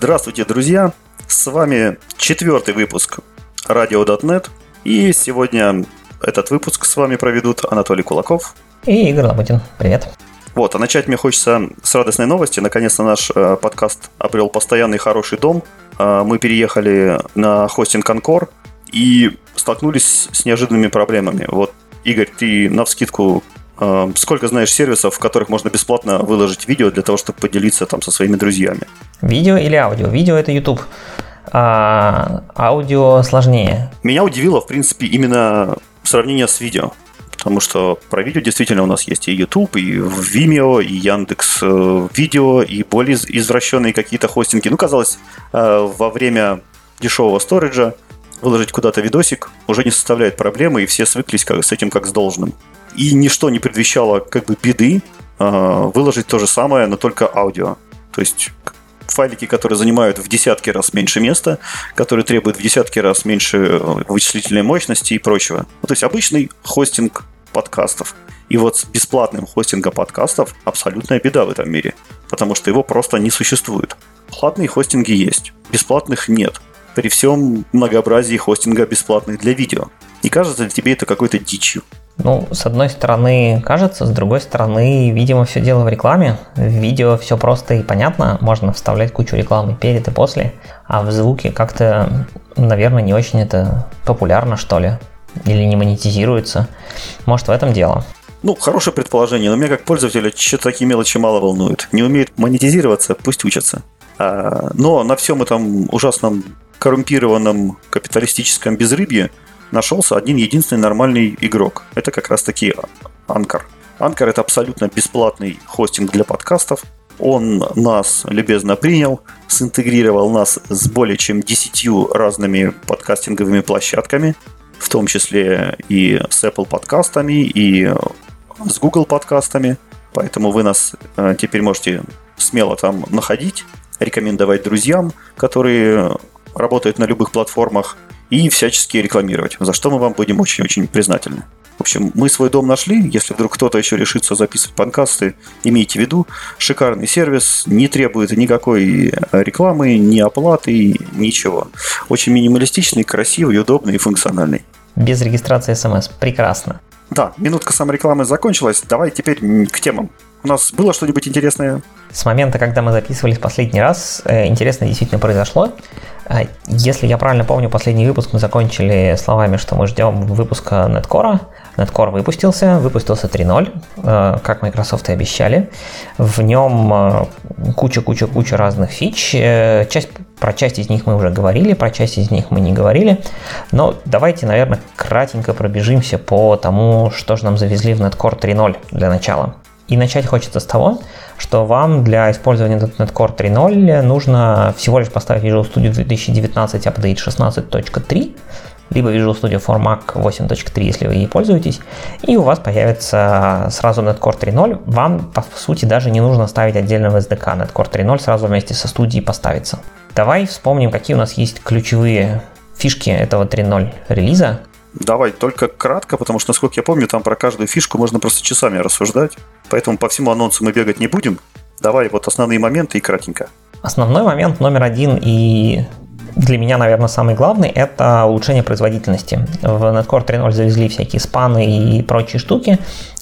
Здравствуйте, друзья! С вами 4-й выпуск Radio.net. И сегодня этот выпуск с вами проведут Анатолий Кулаков и Игорь Лабутин. Привет! А начать мне хочется с радостной новости. Наконец-то наш подкаст обрел постоянный хороший дом. Мы переехали на хостинг Анкор и столкнулись с неожиданными проблемами. Игорь, ты навскидку сколько знаешь сервисов, в которых можно бесплатно выложить видео для того, чтобы поделиться там со своими друзьями? Видео или аудио? Видео — это YouTube, а аудио сложнее. Меня удивило, в принципе, именно сравнение с видео. Потому что про видео действительно у нас есть и YouTube, и Vimeo, и Яндекс Видео, и более извращенные какие-то хостинги. Казалось, во время дешевого сториджа выложить куда-то видосик уже не составляет проблемы, и все свыклись с этим как с должным. И ничто не предвещало беды выложить то же самое, но только аудио. То есть файлики, которые занимают в десятки раз меньше места, которые требуют в десятки раз меньше вычислительной мощности и прочего. То есть обычный хостинг подкастов. И с бесплатным хостингом подкастов абсолютная беда в этом мире, потому что его просто не существует. Платные хостинги есть, бесплатных нет. При всем многообразии хостинга бесплатных для видео. Не кажется ли тебе это какой-то дичью? С одной стороны кажется, с другой стороны, видимо, все дело в рекламе. В видео все просто и понятно, можно вставлять кучу рекламы перед и после, а в звуке как-то, наверное, не очень это популярно, что ли, или не монетизируется. Может, в этом дело. Хорошее предположение, но меня как пользователя что-то такие мелочи мало волнуют. Не умеет монетизироваться, пусть учатся. Но на всем этом ужасном коррумпированном капиталистическом безрыбье нашелся один единственный нормальный игрок. Это как раз таки Anchor. Anchor — это абсолютно бесплатный хостинг для подкастов. Он нас любезно принял, синтегрировал нас с более чем 10 разными подкастинговыми площадками, в том числе и с Apple подкастами, и с Google подкастами. Поэтому вы нас теперь можете смело там находить, рекомендовать друзьям, которые работают на любых платформах, и всячески рекламировать, за что мы вам будем очень-очень признательны. В общем, мы свой дом нашли. Если вдруг кто-то еще решится записывать подкасты, имейте в виду, шикарный сервис, не требует никакой рекламы, ни оплаты, ничего. Очень минималистичный, красивый, удобный и функциональный. Без регистрации СМС. Прекрасно. Да, минутка саморекламы закончилась. Давай теперь к темам. У нас было что-нибудь интересное? С момента, когда мы записывались последний раз, интересно действительно произошло. Если я правильно помню, последний выпуск мы закончили словами, что мы ждем выпуска Netcore. Netcore выпустился 3.0, как Microsoft и обещали. В нем куча разных фич. Про часть из них мы уже говорили, про часть из них мы не говорили. Но давайте, наверное, кратенько пробежимся по тому, что же нам завезли в Netcore 3.0 для начала. И начать хочется с того, что вам для использования Netcore 3.0 нужно всего лишь поставить Visual Studio 2019 Update 16.3, либо Visual Studio for Mac 8.3, если вы ей пользуетесь, и у вас появится сразу Netcore 3.0. Вам, по сути, даже не нужно ставить отдельного SDK. Netcore 3.0 сразу вместе со студией поставится. Давай вспомним, какие у нас есть ключевые фишки этого 3.0 релиза. Давай, только кратко, потому что, насколько я помню, там про каждую фишку можно просто часами рассуждать. Поэтому по всему анонсу мы бегать не будем. Давай основные моменты и кратенько. Основной момент номер один и для меня, наверное, самый главный — это улучшение производительности. В Netcore 3.0 завезли всякие спаны и прочие штуки,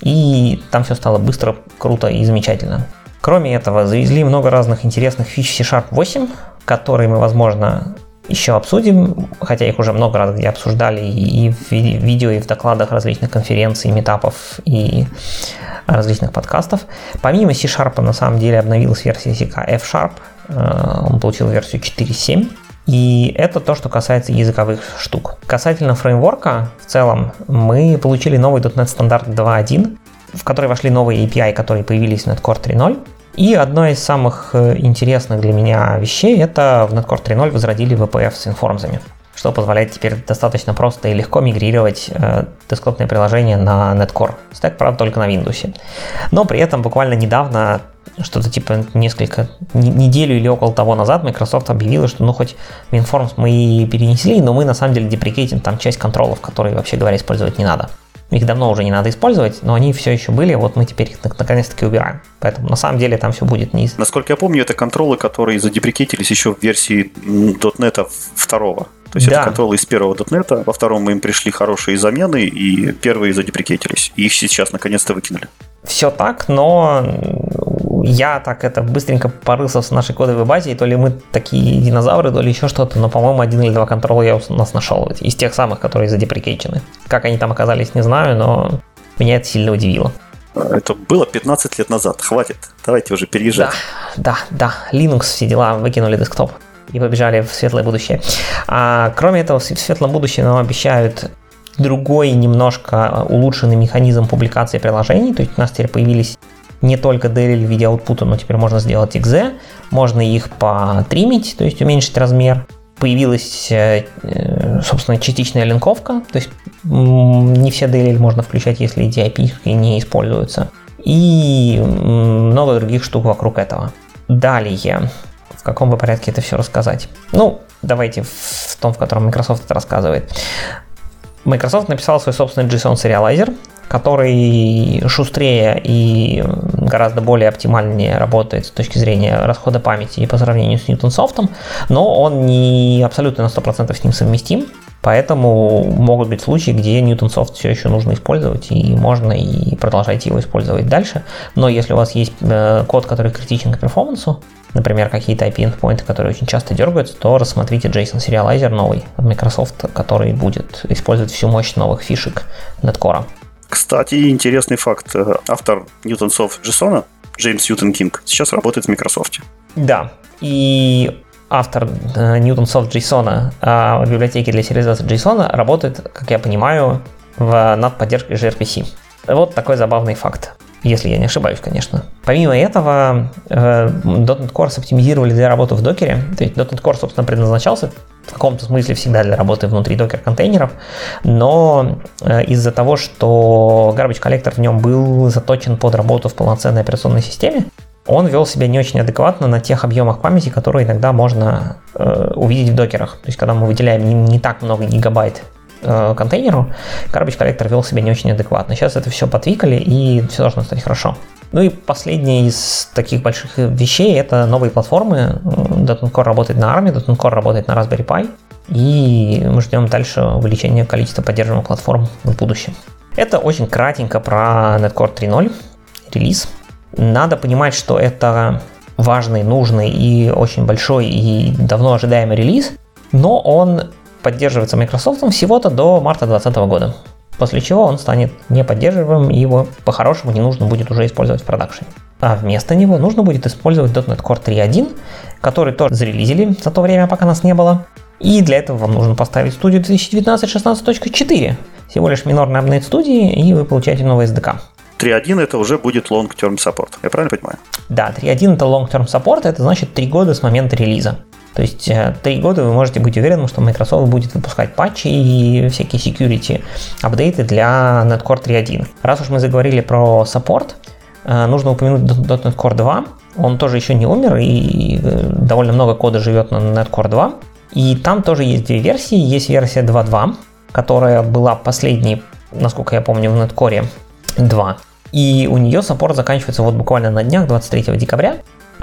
и там все стало быстро, круто и замечательно. Кроме этого, завезли много разных интересных фич C# 8, которые мы, возможно, еще обсудим, хотя их уже много раз где обсуждали и в видео, и в докладах различных конференций, митапов и различных подкастов. Помимо C# на самом деле обновилась версия языка F#, он получил версию 4.7. И это то, что касается языковых штук. Касательно фреймворка, в целом, мы получили новый .NET стандарт 2.1, в который вошли новые API, которые появились в Netcore 3.0. И одной из самых интересных для меня вещей — это в Netcore 3.0 возродили VPF с информзами, что позволяет теперь достаточно просто и легко мигрировать десктопные приложения на Netcore. Стек, правда, только на Windows. Но при этом буквально недавно, что-то типа неделю или около того назад, Microsoft объявила, что хоть WinForms мы и перенесли, но мы на самом деле деприкейтим там часть контролов, которые, вообще говоря, использовать не надо. Их давно уже не надо использовать, но они все еще были, вот мы теперь их наконец-таки убираем. Поэтому на самом деле там все будет не... Насколько я помню, это контролы, которые задеприкетились еще в версии .NET 2. То есть это контролы из первого .NET, во втором им пришли хорошие замены, и первые задеприкетились. И их сейчас наконец-то выкинули. Все так, но я так это быстренько порылся в нашей кодовой базе, и то ли мы такие динозавры, то ли еще что-то, но, по-моему, 1 или 2 контрола я у нас нашел из тех самых, которые задеприкейчены. Как они там оказались, не знаю, но меня это сильно удивило. Это было 15 лет назад. Хватит. Давайте уже переезжать. Да. Linux, все дела, выкинули десктоп и побежали в светлое будущее. Кроме этого, в светлом будущем нам обещают другой немножко улучшенный механизм публикации приложений. То есть у нас теперь появились не только DLL в виде аутпута, но теперь можно сделать .exe, можно их потримить, то есть уменьшить размер. Появилась, собственно, частичная линковка, то есть не все DLL можно включать, если DIP не используются. И много других штук вокруг этого. Далее, в каком бы порядке это все рассказать? Давайте в том, в котором Microsoft это рассказывает. Microsoft написал свой собственный JSON-сериалайзер, который шустрее и гораздо более оптимальнее работает с точки зрения расхода памяти по сравнению с Newtonsoft, но он не абсолютно на 100% с ним совместим, поэтому могут быть случаи, где Newtonsoft все еще нужно использовать, и можно и продолжать его использовать дальше. Но если у вас есть код, который критичен к перформансу, например, какие-то IP-endpoints, которые очень часто дергаются, то рассмотрите JSON-сериалайзер новый от Microsoft, который будет использовать всю мощь новых фишек Netcore. Кстати, интересный факт. Автор Newtonsoft JSON, Джеймс Ньютон Кинг, сейчас работает в Microsoft. Да, и автор Newtonsoft JSON в библиотеке для сериализации JSON работает, как я понимаю, над поддержкой gRPC. Вот такой забавный факт. Если я не ошибаюсь, конечно. Помимо этого, .NET Core оптимизировали для работы в докере. То есть .NET Core, собственно, предназначался в каком-то смысле всегда для работы внутри докер-контейнеров, но из-за того, что garbage collector в нем был заточен под работу в полноценной операционной системе, он вел себя не очень адекватно на тех объемах памяти, которые иногда можно увидеть в докерах. То есть, когда мы выделяем не так много гигабайт контейнеру, garbage collector вел себя не очень адекватно. Сейчас это все потвикали, и все должно стать хорошо. Ну и последняя из таких больших вещей — это новые платформы. .NET Core работает на ARM, .NET Core работает на Raspberry Pi, и мы ждем дальше увеличения количества поддерживаемых платформ в будущем. Это очень кратенько про .NET Core 3.0 релиз. Надо понимать, что это важный, нужный и очень большой и давно ожидаемый релиз, но он поддерживается Microsoft всего-то до марта 2020 года, после чего он станет неподдерживаемым, и его по-хорошему не нужно будет уже использовать в продакшене. А вместо него нужно будет использовать .NET Core 3.1, который тоже зарелизили за то время, пока нас не было. И для этого вам нужно поставить студию 2019 16.4, всего лишь минорный апдейт студии, и вы получаете новый SDK. 3.1 это уже будет long-term support, я правильно понимаю? Да, 3.1 это long-term support, это значит 3 года с момента релиза. То есть 3 года вы можете быть уверены, что Microsoft будет выпускать патчи и всякие security апдейты для .NET Core 3.1. Раз уж мы заговорили про саппорт, нужно упомянуть .NET Core 2. Он тоже еще не умер, и довольно много кода живет на .NET Core 2. И там тоже есть две версии. Есть версия 2.2, которая была последней, насколько я помню, в .NET Core 2. И у нее саппорт заканчивается вот буквально на днях, 23 декабря.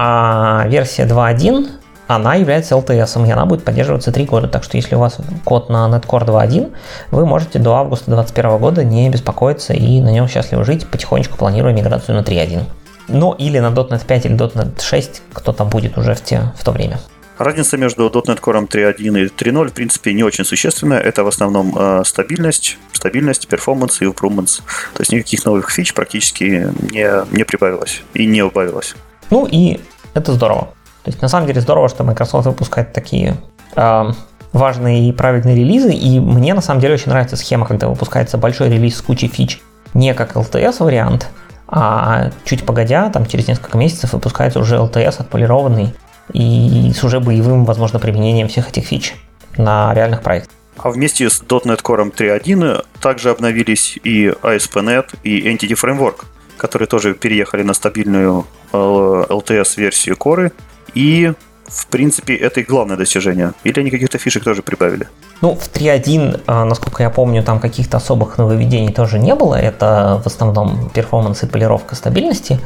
А версия 2.1, она является LTS, и она будет поддерживаться 3 года. Так что если у вас код на .NET Core 2.1, вы можете до августа 2021 года не беспокоиться и на нем счастливо жить, потихонечку планируя миграцию на 3.1. Ну или на .NET 5 или .NET 6, кто там будет уже в то время. Разница между .NET Core 3.1 и 3.0 в принципе не очень существенная. Это в основном стабильность, перформанс и improvements. То есть никаких новых фич практически не прибавилось и не убавилось. Ну и это здорово. То есть на самом деле здорово, что Microsoft выпускает такие важные и правильные релизы. И мне на самом деле очень нравится схема, когда выпускается большой релиз с кучей фич не как LTS вариант, а чуть погодя, там через несколько месяцев выпускается уже LTS отполированный и с уже боевым, возможно, применением всех этих фич на реальных проектах. А вместе с .NET Core 3.1 также обновились и ASP.NET, и Entity Framework, которые тоже переехали на стабильную LTS-версию Core, и в принципе, это их главное достижение? Или они каких-то фишек тоже прибавили? Ну, в 3.1, насколько я помню, там каких-то особых нововведений тоже не было. Это в основном перформанс и полировка стабильности.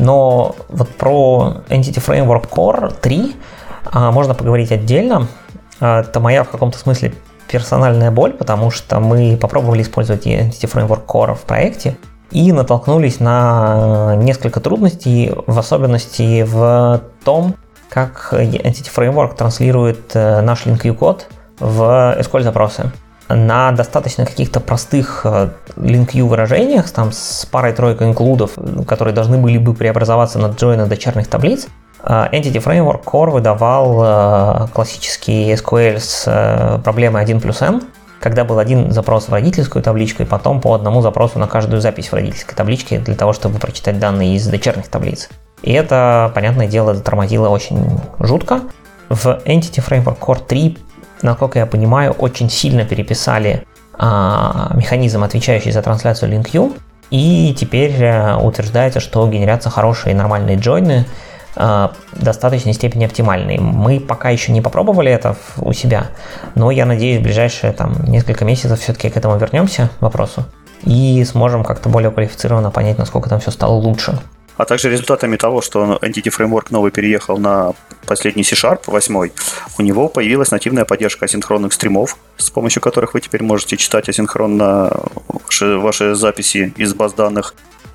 Но вот про Entity Framework Core 3 можно поговорить отдельно. Это моя в каком-то смысле персональная боль, потому что мы попробовали использовать Entity Framework Core в проекте и натолкнулись на несколько трудностей, в особенности в том, как Entity Framework транслирует наш LinkU код в SQL-запросы. На достаточно каких-то простых LinkU выражениях, там с парой-тройкой инклюдов, которые должны были бы преобразоваться на джойны дочерних таблиц, Entity Framework Core выдавал классический SQL с проблемой 1+n, когда был один запрос в родительскую табличку и потом по одному запросу на каждую запись в родительской табличке для того, чтобы прочитать данные из дочерних таблиц. И это, понятное дело, затормозило очень жутко. В Entity Framework Core 3, насколько я понимаю, очень сильно переписали механизм, отвечающий за трансляцию LinkU, и теперь утверждается, что генерятся хорошие нормальные джойны в достаточной степени оптимальные. Мы пока еще не попробовали это у себя, но я надеюсь, в ближайшие несколько месяцев все-таки к этому вернемся, вопросу, и сможем как-то более квалифицированно понять, насколько там все стало лучше. А также результатами того, что Entity Framework новый переехал на последний C#, 8, у него появилась нативная поддержка асинхронных стримов, с помощью которых вы теперь можете читать асинхронно ваши записи из баз данных,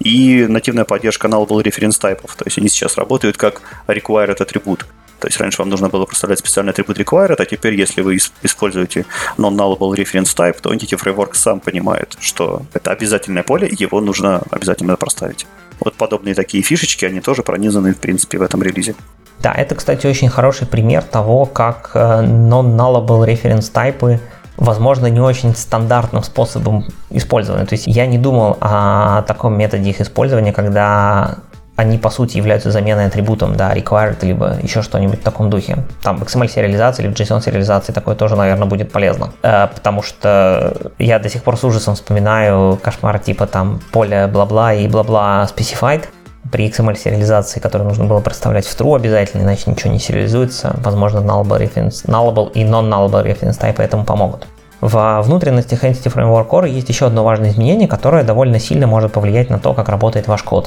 и нативная поддержка nullable reference тайпов, то есть они сейчас работают как required атрибут. То есть раньше вам нужно было проставлять специальный атрибут required, а теперь, если вы используете non-nullable reference type, то Entity Framework сам понимает, что это обязательное поле, и его нужно обязательно проставить. Вот подобные такие фишечки, они тоже пронизаны, в принципе, в этом релизе. Да, это, кстати, очень хороший пример того, как non-nullable reference type возможно, не очень стандартным способом использованы. То есть я не думал о таком методе их использования, когда они, по сути, являются заменой атрибутом, да, required, либо еще что-нибудь в таком духе. Там в XML-сериализации или в JSON-сериализации такое тоже, наверное, будет полезно. Потому что я до сих пор с ужасом вспоминаю кошмар типа там поля бла-бла и бла-бла specified при XML-сериализации, которую нужно было представлять в true обязательно, иначе ничего не сериализуется. Возможно, nullable и non-nullable reference type этому помогут. Во внутренностях Entity Framework Core есть еще одно важное изменение, которое довольно сильно может повлиять на то, как работает ваш код.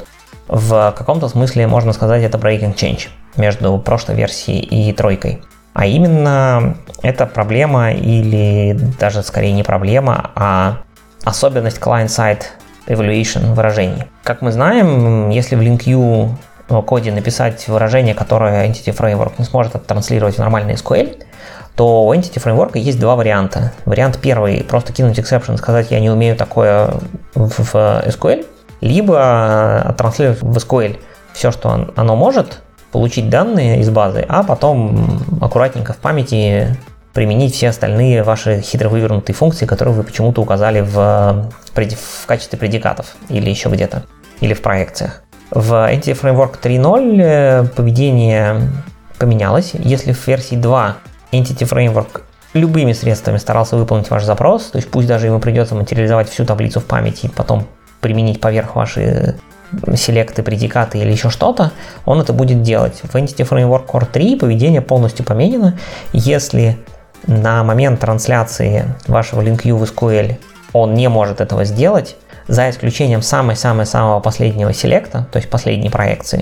В каком-то смысле, можно сказать, это breaking change между прошлой версией и тройкой. А именно, это проблема или даже скорее не проблема, а особенность client-side evaluation выражений. Как мы знаем, если в LinkU коде написать выражение, которое Entity Framework не сможет оттранслировать в нормальный SQL, то у Entity Framework есть два варианта. Вариант первый – просто кинуть exception, сказать «я не умею такое в SQL», либо оттранслировать в SQL все, что оно может, получить данные из базы, а потом аккуратненько в памяти применить все остальные ваши хитро вывернутые функции, которые вы почему-то указали в качестве предикатов или еще где-то, или в проекциях. В Entity Framework 3.0 поведение поменялось. Если в версии 2 Entity Framework любыми средствами старался выполнить ваш запрос, то есть пусть даже ему придется материализовать всю таблицу в памяти и потом применить поверх ваши селекты, предикаты или еще что-то, он это будет делать. В Entity Framework Core 3 поведение полностью поменяно. Если на момент трансляции вашего LinkU в SQL он не может этого сделать, за исключением самого последнего селекта, то есть последней проекции,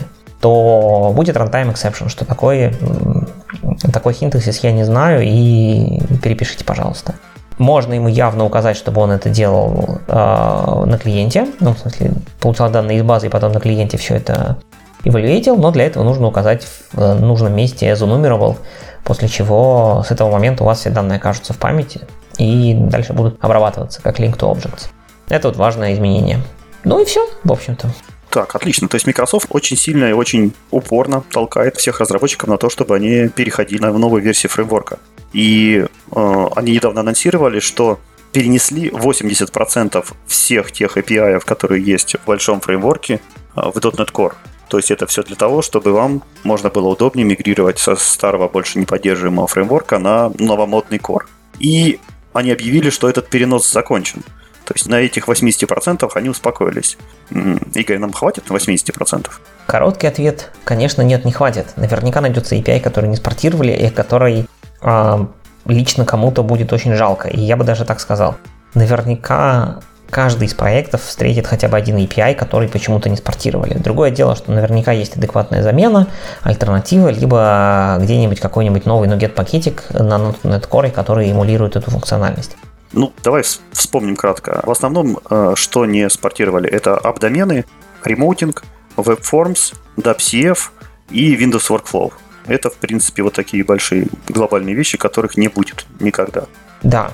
то будет runtime exception, что такой синтаксис я не знаю, и перепишите, пожалуйста. Можно ему явно указать, чтобы он это делал на клиенте, ну, в смысле, получал данные из базы и потом на клиенте все это evaluated, но для этого нужно указать в нужном месте as enumerable, после чего с этого момента у вас все данные окажутся в памяти и дальше будут обрабатываться как link to objects. Это вот важное изменение. Ну и все, в общем-то. Так, отлично. То есть Microsoft очень сильно и очень упорно толкает всех разработчиков на то, чтобы они переходили на новую версию фреймворка. И они недавно анонсировали, что перенесли 80% всех тех API, которые есть в большом фреймворке, в .NET Core. То есть это все для того, чтобы вам можно было удобнее мигрировать со старого, больше не поддерживаемого фреймворка на новомодный Core. И они объявили, что этот перенос закончен. То есть на этих 80% они успокоились. Игорь, нам хватит на 80%? Короткий ответ, конечно, нет, не хватит. Наверняка найдется API, который не спортировали, и который лично кому-то будет очень жалко. И я бы даже так сказал. Наверняка каждый из проектов встретит хотя бы один API, который почему-то не спортировали. Другое дело, что наверняка есть адекватная замена, альтернатива, либо где-нибудь какой-нибудь новый NuGet-пакетик на .NET Core, который эмулирует эту функциональность. Ну, давай вспомним кратко. В основном, что не спортировали, это app-домены, remoting, WebForms, DAppCF и Windows Workflow. Это, в принципе, вот такие большие глобальные вещи, которых не будет никогда. Да.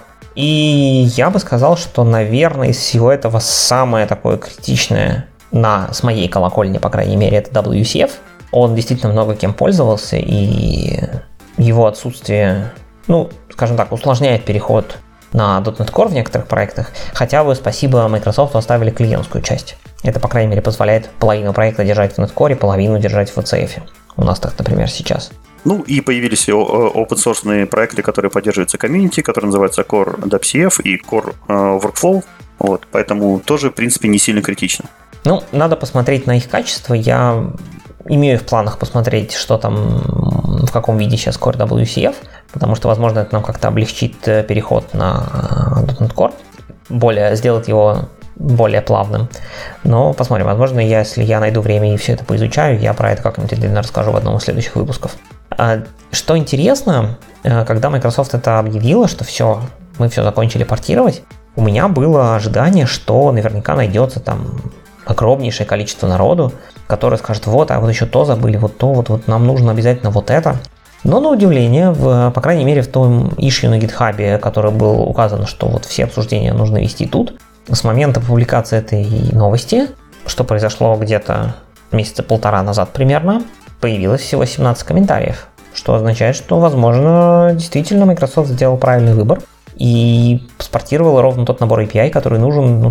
И я бы сказал, что, наверное, из всего этого самое такое критичное с моей колокольни, по крайней мере, это WCF. Он действительно много кем пользовался, и его отсутствие, скажем так, усложняет переход на .NET Core в некоторых проектах. Хотя бы спасибо Microsoft оставили клиентскую часть. Это, по крайней мере, позволяет половину проекта держать в .NET Core, половину держать в VCF. У нас так, например, сейчас. Ну и появились open-source проекты, которые поддерживаются комьюнити, которые называются Core DAppCF и Core Workflow. Вот, поэтому тоже, в принципе, не сильно критично. Надо посмотреть на их качество. Я имею в планах посмотреть, что там, в каком виде сейчас Core WCF, потому что, возможно, это нам как-то облегчит переход на .NET Core, сделать его более плавным. Но посмотрим. Возможно, если я найду время и все это поизучаю, я про это как-нибудь отдельно расскажу в одном из следующих выпусков. Что интересно, когда Microsoft это объявила, что все, мы все закончили портировать, у меня было ожидание, что наверняка найдется там огромнейшее количество народу, который скажет, вот еще то забыли, вот то, вот нам нужно обязательно вот это. Но на удивление, по крайней мере в том issue на GitHub, который был указано, что вот все обсуждения нужно вести тут, с момента публикации этой новости, что произошло где-то месяца полтора назад примерно, появилось всего 17 комментариев, что означает, что, возможно, действительно Microsoft сделал правильный выбор и спортировал ровно тот набор API, который нужен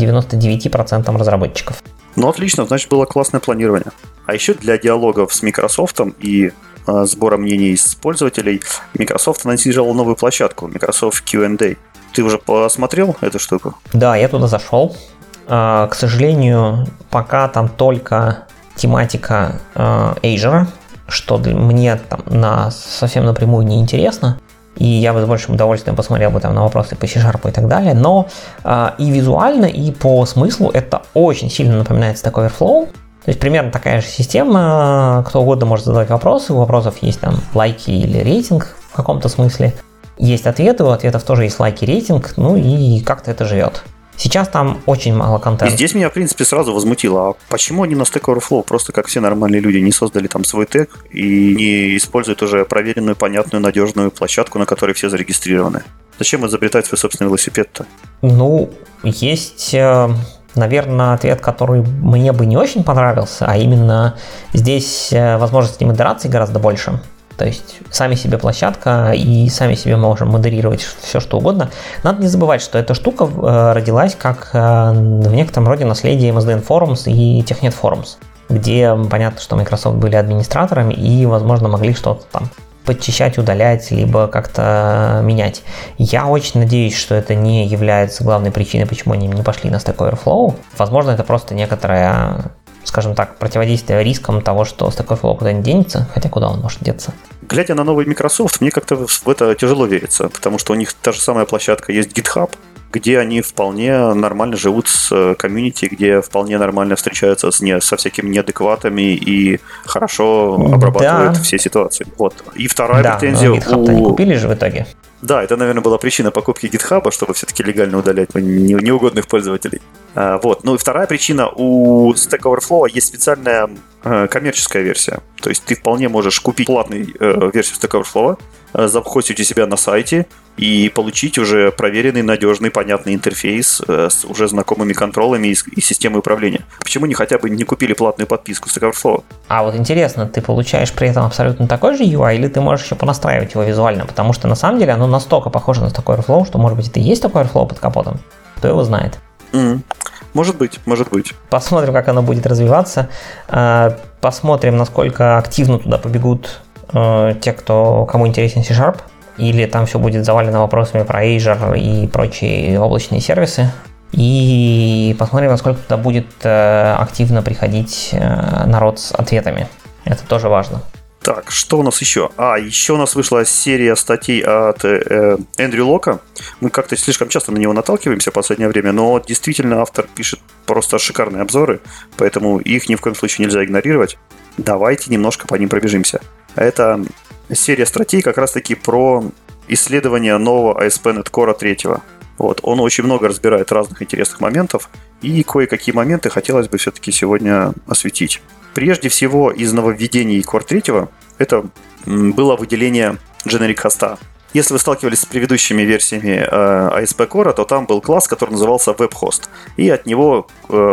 99% разработчиков. Отлично, значит, было классное планирование. А еще для диалогов с Microsoft и сбора мнений с пользователей Microsoft анонсировал новую площадку, Microsoft Q&A. Ты уже посмотрел эту штуку? Да, я туда зашел. К сожалению, пока там только тематика Azure, что мне там совсем напрямую не интересно. И я бы с большим удовольствием посмотрел бы там на вопросы по C# и так далее. Но и визуально, и по смыслу это очень сильно напоминает Stack Overflow. То есть примерно такая же система, кто угодно может задавать вопросы, у вопросов есть там лайки или рейтинг в каком-то смысле. Есть ответы, у ответов тоже есть лайки, рейтинг, и как-то это живет. Сейчас там очень мало контента. И здесь меня, в принципе, сразу возмутило. А почему они на Stack Overflow просто, как все нормальные люди, не создали там свой тег и не используют уже проверенную, понятную, надежную площадку, на которой все зарегистрированы? Зачем изобретать свой собственный велосипед-то? Есть, наверное, ответ, который мне бы не очень понравился, а именно здесь возможностей модерации гораздо больше. То есть сами себе площадка и сами себе можем модерировать все, что угодно. Надо не забывать, что эта штука родилась как в некотором роде наследие MSDN Forums и TechNet Forums, где понятно, что Microsoft были администраторами и, возможно, могли что-то там подчищать, удалять, либо как-то менять. Я очень надеюсь, что это не является главной причиной, почему они не пошли на Stack Overflow. Возможно, это просто некоторая, скажем так, противодействие рискам того, что Stack Overflow куда-нибудь денется, хотя куда он может деться. Глядя на новый Microsoft, мне как-то в это тяжело верится, потому что у них та же самая площадка есть GitHub, где они вполне нормально живут с комьюнити, где вполне нормально встречаются со всякими неадекватами и хорошо обрабатывают все ситуации. Вот. И вторая претензия... Да, GitHub-то не купили же в итоге. Да, это, наверное, была причина покупки GitHub, чтобы все-таки легально удалять неугодных пользователей. Вот. Ну и вторая причина, у Stack Overflow есть специальная коммерческая версия. То есть ты вполне можешь купить платную версию Stack Overflow, захостить у себя на сайте и получить уже проверенный, надежный, понятный интерфейс с уже знакомыми контролами и системой управления. Почему не хотя бы не купили платную подписку Stack Overflow? А вот интересно, ты получаешь при этом абсолютно такой же UI, или ты можешь еще понастраивать его визуально? Потому что на самом деле оно настолько похоже на Stack Overflow, что, может быть, это и есть Stack Overflow под капотом. Кто его знает? Может быть. Посмотрим, как оно будет развиваться. Посмотрим, насколько активно туда побегут те, кому интересен C#, или там все будет завалено вопросами про Azure и прочие облачные сервисы. И посмотрим, насколько туда будет активно приходить народ с ответами. Это тоже важно. Так, что у нас еще? Еще у нас вышла серия статей от Эндрю Лока. Мы как-то слишком часто на него наталкиваемся в последнее время, но действительно автор пишет просто шикарные обзоры, поэтому их ни в коем случае нельзя игнорировать. Давайте немножко по ним пробежимся. Это серия статей как раз-таки про исследование нового ASP.NET Core 3. Вот. Он очень много разбирает разных интересных моментов, и кое-какие моменты хотелось бы все-таки сегодня осветить. Прежде всего, из нововведений Core 3 это было выделение generic хоста. Если вы сталкивались с предыдущими версиями ASP Core, то там был класс, который назывался WebHost. И от него,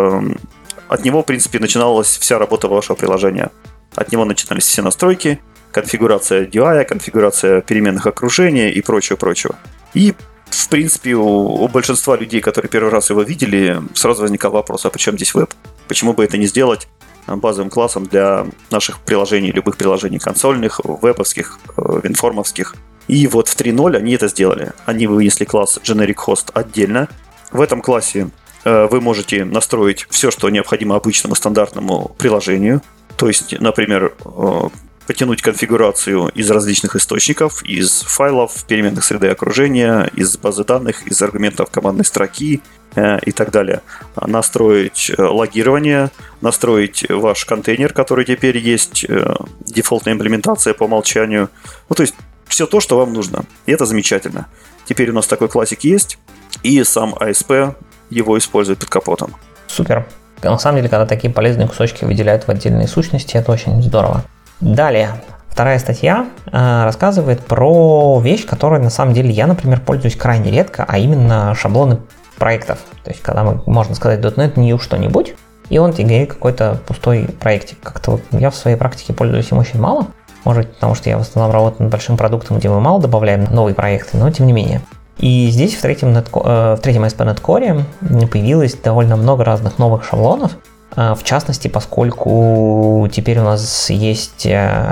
в принципе, начиналась вся работа вашего приложения. От него начинались все настройки, конфигурация UI, конфигурация переменных окружения и прочего. И, в принципе, у большинства людей, которые первый раз его видели, сразу возникал вопрос, а при чем здесь веб? Почему бы это не сделать базовым классом для наших приложений, любых приложений консольных, вебовских, винформовских. И вот в 3.0 они это сделали. Они вынесли класс Generic Host отдельно. В этом классе вы можете настроить все, что необходимо обычному стандартному приложению. То есть, например, потянуть конфигурацию из различных источников, из файлов, переменных среды окружения, из базы данных, из аргументов командной строки и так далее. Настроить логирование, настроить ваш контейнер, который теперь есть, дефолтная имплементация по умолчанию. Ну, то есть все то, что вам нужно. И это замечательно. Теперь у нас такой классик есть, и сам ASP его использует под капотом. Супер. На самом деле, когда такие полезные кусочки выделяют в отдельные сущности, это очень здорово. Далее, вторая статья рассказывает про вещь, которой на самом деле я, например, пользуюсь крайне редко, а именно шаблоны проектов. То есть, когда можно сказать .NET New что-нибудь, и он тебе говорит какой-то пустой проектик. Как-то вот я в своей практике пользуюсь им очень мало. Может быть, потому что я в основном работаю над большим продуктом, где мы мало добавляем новые проекты, но тем не менее. И здесь в третьем ASP.NET Core появилось довольно много разных новых шаблонов. В частности, поскольку теперь у нас есть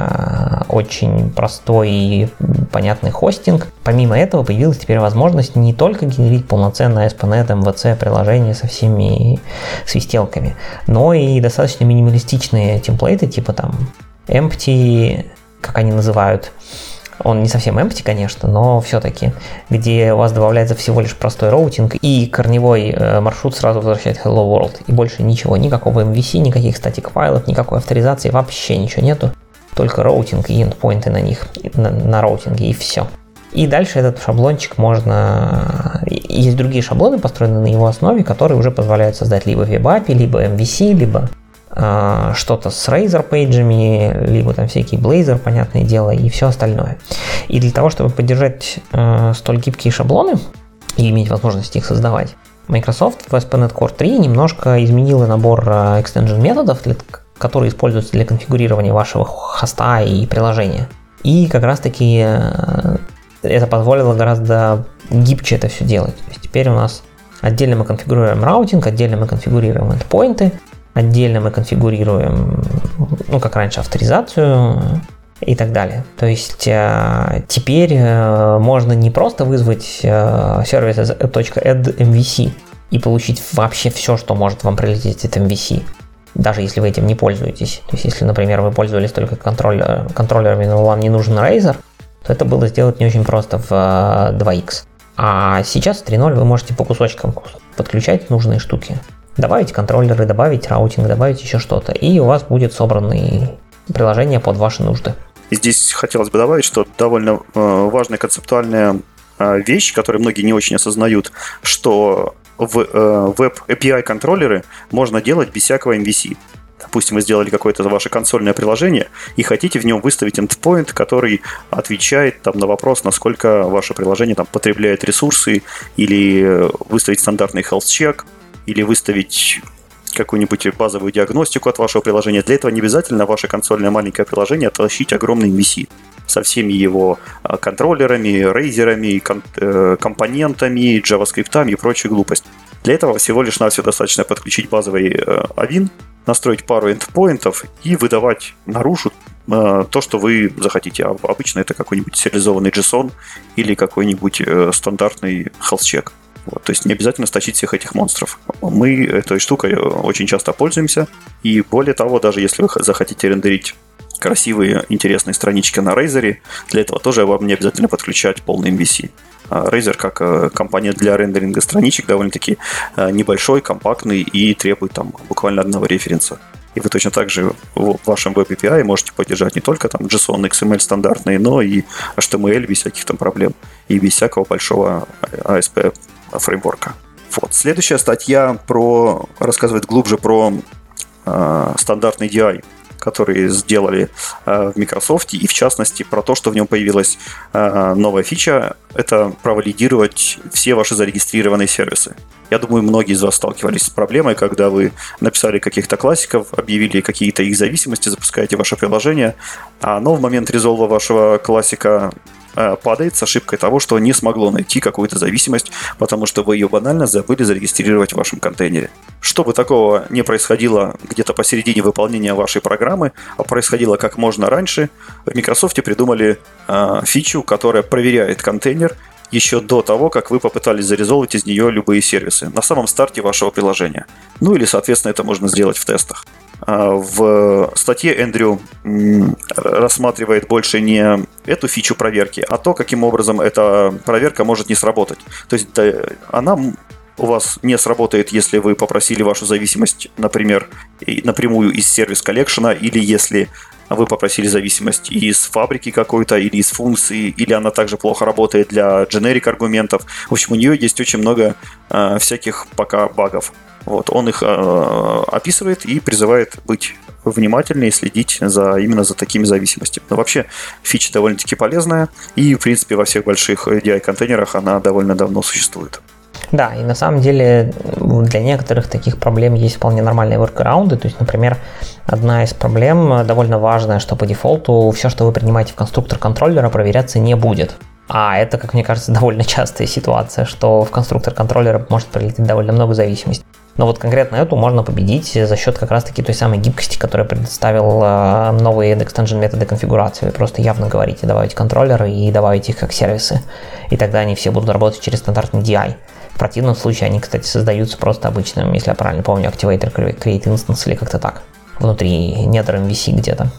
очень простой и понятный хостинг, помимо этого появилась теперь возможность не только генерить полноценное ASP.NET MVC приложение со всеми свистелками, но и достаточно минималистичные темплейты, типа там empty, как они называют. Он не совсем empty, конечно, но все-таки, где у вас добавляется всего лишь простой роутинг, и корневой маршрут сразу возвращает Hello World, и больше ничего, никакого MVC, никаких статик файлов, никакой авторизации, вообще ничего нету, только роутинг и эндпоинты на них, на роутинге, и все. И дальше этот шаблончик можно... Есть другие шаблоны, построенные на его основе, которые уже позволяют создать либо WebAPI, либо MVC, либо что-то с Razor пейджами, либо там всякие Blazor, понятное дело, и все остальное. И для того, чтобы поддержать столь гибкие шаблоны и иметь возможность их создавать, Microsoft в ASP.NET Core 3 немножко изменила набор extension методов, которые используются для конфигурирования вашего хоста и приложения. И как раз таки это позволило гораздо гибче это все делать. То есть теперь у нас отдельно мы конфигурируем раутинг, отдельно мы конфигурируем эндпоинты, отдельно мы конфигурируем, ну, как раньше, авторизацию и так далее. То есть теперь можно не просто вызвать сервис .add.MVC и получить вообще все, что может вам прилететь от MVC, даже если вы этим не пользуетесь. То есть если, например, вы пользовались только контроллерами, но вам не нужен Razor, то это было сделать не очень просто в 2x. А сейчас в 3.0 вы можете по кусочкам подключать нужные штуки. Добавить контроллеры, добавить раутинг, добавить еще что-то, и у вас будет собраны приложения под ваши нужды. Здесь хотелось бы добавить, что довольно важная концептуальная вещь, которую многие не очень осознают, что в Web API контроллеры можно делать без всякого MVC. Допустим, вы сделали какое-то ваше консольное приложение и хотите в нем выставить endpoint, который отвечает там, на вопрос, насколько ваше приложение там, потребляет ресурсы, или выставить стандартный health check, или выставить какую-нибудь базовую диагностику от вашего приложения. Для этого не обязательно ваше консольное маленькое приложение оттащить огромный MVC со всеми его контроллерами, рейзерами, компонентами, JavaScript и прочей глупость. Для этого всего лишь навсего достаточно подключить базовый Avin, настроить пару эндпоинтов и выдавать наружу то, что вы захотите. Обычно это какой-нибудь сериализованный JSON или какой-нибудь стандартный health check. Вот, то есть не обязательно стащить всех этих монстров. Мы этой штукой очень часто пользуемся. И более того, даже если вы захотите рендерить красивые, интересные странички на Razer, для этого тоже вам не обязательно подключать полный MVC. Razer как компания для рендеринга страничек довольно-таки небольшой, компактный и требует там буквально одного референса. И вы точно так же в вашем Web API можете поддержать не только там JSON, XML стандартные, но и HTML без всяких там проблем и без всякого большого ASP фреймворка. Вот. Следующая статья рассказывает глубже про стандартный DI, которые сделали в Microsoft, и в частности про то, что в нем появилась новая фича, это провалидировать все ваши зарегистрированные сервисы. Я думаю, многие из вас сталкивались с проблемой, когда вы написали каких-то классиков, объявили какие-то их зависимости, запускаете ваше приложение, а оно в момент резолва вашего классика падает с ошибкой того, что не смогло найти какую-то зависимость, потому что вы ее банально забыли зарегистрировать в вашем контейнере. Чтобы такого не происходило где-то посередине выполнения вашей программы, а происходило как можно раньше, в Microsoft придумали фичу, которая проверяет контейнер еще до того, как вы попытались зарезолвить из нее любые сервисы на самом старте вашего приложения. Ну или, соответственно, это можно сделать в тестах. В статье Эндрю рассматривает больше не эту фичу проверки, а то, каким образом эта проверка может не сработать. То есть она у вас не сработает, если вы попросили вашу зависимость, например, напрямую из сервис-коллекшена, или если вы попросили зависимость из фабрики какой-то, или из функции, или она также плохо работает для дженерик-аргументов. В общем, у нее есть очень много всяких пока багов. Вот, он их описывает и призывает быть внимательнее и следить именно за такими зависимостями. Но вообще фича довольно-таки полезная, и, в принципе, во всех больших DI-контейнерах она довольно давно существует. Да, и на самом деле для некоторых таких проблем есть вполне нормальные воркараунды. То есть, например, одна из проблем довольно важная, что по дефолту все, что вы принимаете в конструктор контроллера, проверяться не будет. А это, как мне кажется, довольно частая ситуация, что в конструктор контроллера может прилететь довольно много зависимостей. Но вот конкретно эту можно победить за счет как раз-таки той самой гибкости, которую предоставил новый extension методы конфигурации. Вы просто явно говорите, добавить контроллеры и добавить их как сервисы. И тогда они все будут работать через стандартный DI. В противном случае они, кстати, создаются просто обычным, если я правильно помню, Activator Create Instance или как-то так. Внутри недр MVC где-то.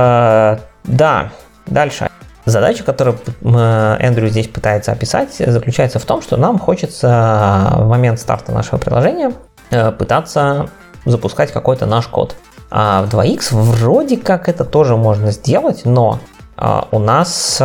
Да, дальше. Задача, которую Эндрю здесь пытается описать, заключается в том, что нам хочется в момент старта нашего приложения пытаться запускать какой-то наш код. А в 2x вроде как это тоже можно сделать, но у нас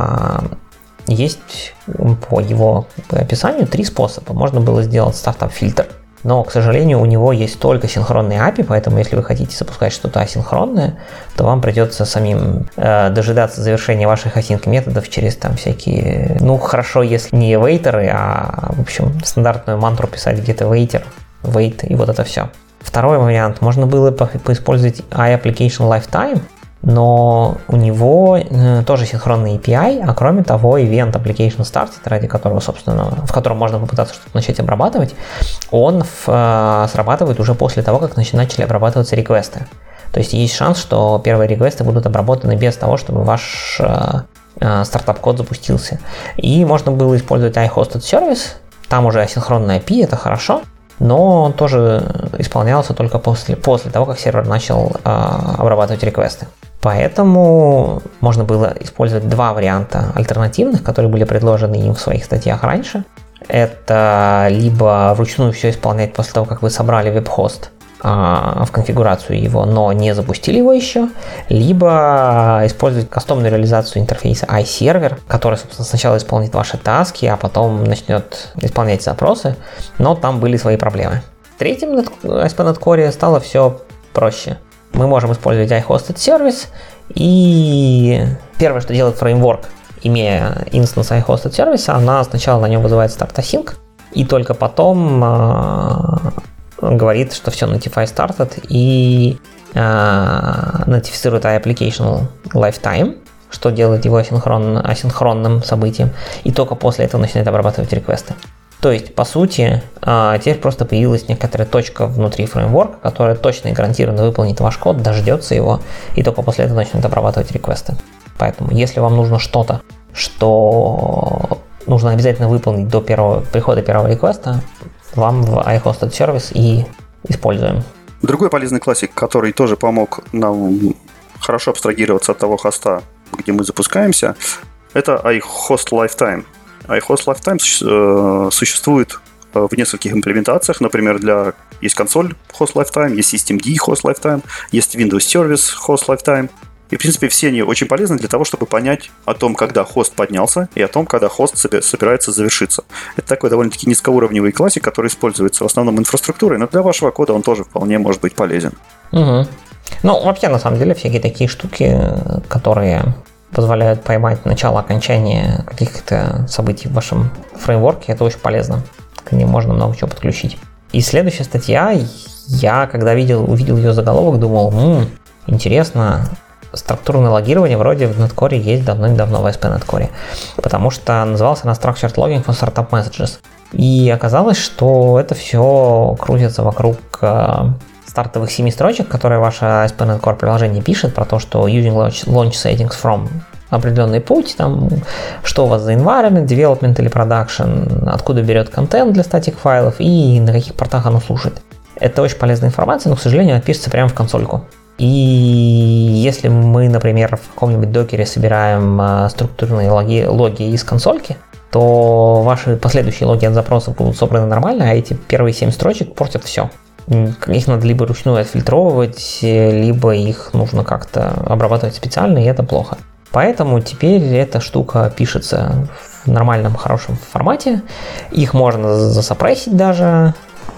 есть по его описанию 3 способа. Можно было сделать стартап-фильтр, но, к сожалению, у него есть только синхронный API, поэтому если вы хотите запускать что-то асинхронное, то вам придется самим дожидаться завершения ваших async методов через там всякие, хорошо, если не вейтеры, а, в общем, стандартную мантру писать где-то wait и вот это все. Второй вариант, можно было поиспользовать iApplication Lifetime, но у него тоже синхронный API, а кроме того, Event Application Started, ради которого, собственно, в котором можно попытаться что-то начать обрабатывать, он срабатывает уже после того, как начали обрабатываться реквесты. То есть есть шанс, что первые реквесты будут обработаны без того, чтобы ваш стартап-код запустился. И можно было использовать iHosted Service, там уже асинхронная API, это хорошо, но он тоже исполнялся только после того, как сервер начал обрабатывать реквесты. Поэтому можно было использовать 2 варианта альтернативных, которые были предложены им в своих статьях раньше. Это либо вручную все исполнять после того, как вы собрали веб-хост в конфигурацию его, но не запустили его еще, либо использовать кастомную реализацию интерфейса iServer, который, собственно, сначала исполнит ваши таски, а потом начнет исполнять запросы, но там были свои проблемы. В третьем ASP.NET Core стало все проще. Мы можем использовать iHosted Service, и первое, что делает фреймворк, имея инстанс iHosted Service, она сначала на нем вызывает start async, и только потом говорит, что все, notify started, и нотифицирует iApplication Lifetime, что делает его асинхронным событием, и только после этого начинает обрабатывать реквесты. То есть, по сути, теперь просто появилась некоторая точка внутри фреймворка, которая точно и гарантированно выполнит ваш код, дождется его, и только после этого начнет обрабатывать реквесты. Поэтому, если вам нужно что-то, что нужно обязательно выполнить до прихода первого реквеста, вам в iHosted сервис и используем. Другой полезный классик, который тоже помог нам хорошо абстрагироваться от того хоста, где мы запускаемся, это iHost Lifetime. iHost Lifetime существует в нескольких имплементациях. Например, есть консоль Host Lifetime, есть Systemd Host Lifetime, есть Windows Service Host Lifetime. И, в принципе, все они очень полезны для того, чтобы понять о том, когда хост поднялся, и о том, когда хост собирается завершиться. Это такой довольно-таки низкоуровневый классик, который используется в основном инфраструктурой, но для вашего кода он тоже вполне может быть полезен. Угу. Ну, вообще, на самом деле, всякие такие штуки, которые позволяют поймать начало, окончание каких-то событий в вашем фреймворке, это очень полезно. К ним можно много чего подключить. И следующая статья, я когда увидел ее заголовок, думал, интересно, структурное логирование вроде в Netcore есть давно-давно в ASP.NET Core, потому что назывался она Structured Logging for Startup Messages. И оказалось, что это все крутится вокруг стартовых 7 строчек, которые ваше ASP.NET Core приложение пишет про то, что using launch settings from определенный путь, там, что у вас за environment, development или production, откуда берет контент для статик файлов и на каких портах оно слушает. Это очень полезная информация, но, к сожалению, она пишется прямо в консольку. И если мы, например, в каком-нибудь докере собираем структурные логи из консольки, то ваши последующие логи от запросов будут собраны нормально, а эти первые 7 строчек портят все. Их надо либо ручную отфильтровывать, либо их нужно как-то обрабатывать специально, и это плохо. Поэтому теперь эта штука пишется в нормальном, хорошем формате. Их можно засопрессить даже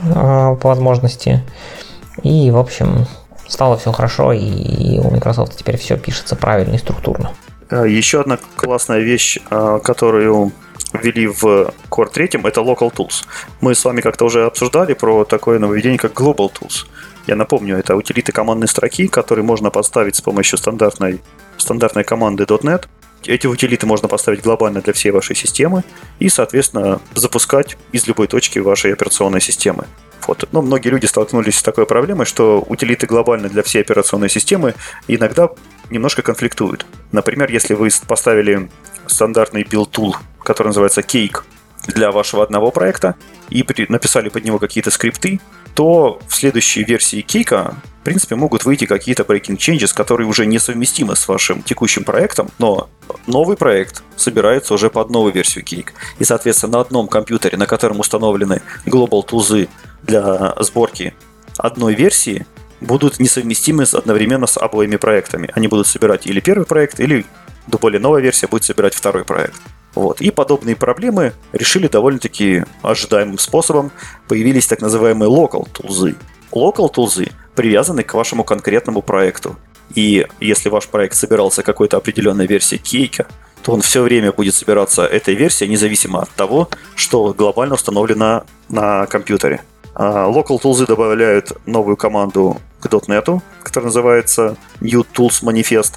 по возможности. И, в общем, стало все хорошо, и у Microsoft теперь все пишется правильно и структурно. Еще одна классная вещь, которую ввели в Core 3, это Local Tools. Мы с вами как-то уже обсуждали про такое нововведение, как Global Tools. Я напомню, это утилиты командной строки, которые можно поставить с помощью стандартной команды .NET. Эти утилиты можно поставить глобально для всей вашей системы и, соответственно, запускать из любой точки вашей операционной системы. Вот. Но многие люди столкнулись с такой проблемой, что утилиты глобально для всей операционной системы иногда немножко конфликтуют. Например, если вы поставили стандартный build-tool, который называется Cake, для вашего одного проекта и написали под него какие-то скрипты, то в следующей версии Cake, в принципе, могут выйти какие-то breaking changes, которые уже несовместимы с вашим текущим проектом, но новый проект собирается уже под новую версию Cake. И, соответственно, на одном компьютере, на котором установлены Global Tools для сборки одной версии, будут несовместимы одновременно с обоими проектами. Они будут собирать или первый проект, или более новая версия будет собирать второй проект. Вот. И подобные проблемы решили довольно-таки ожидаемым способом. Появились так называемые local tools. Local tools привязаны к вашему конкретному проекту. И если ваш проект собирался какой-то определенной версии Cake, то он все время будет собираться этой версией, независимо от того, что глобально установлено на компьютере. Local tools добавляют новую команду к .NET, которая называется New Tools Manifest.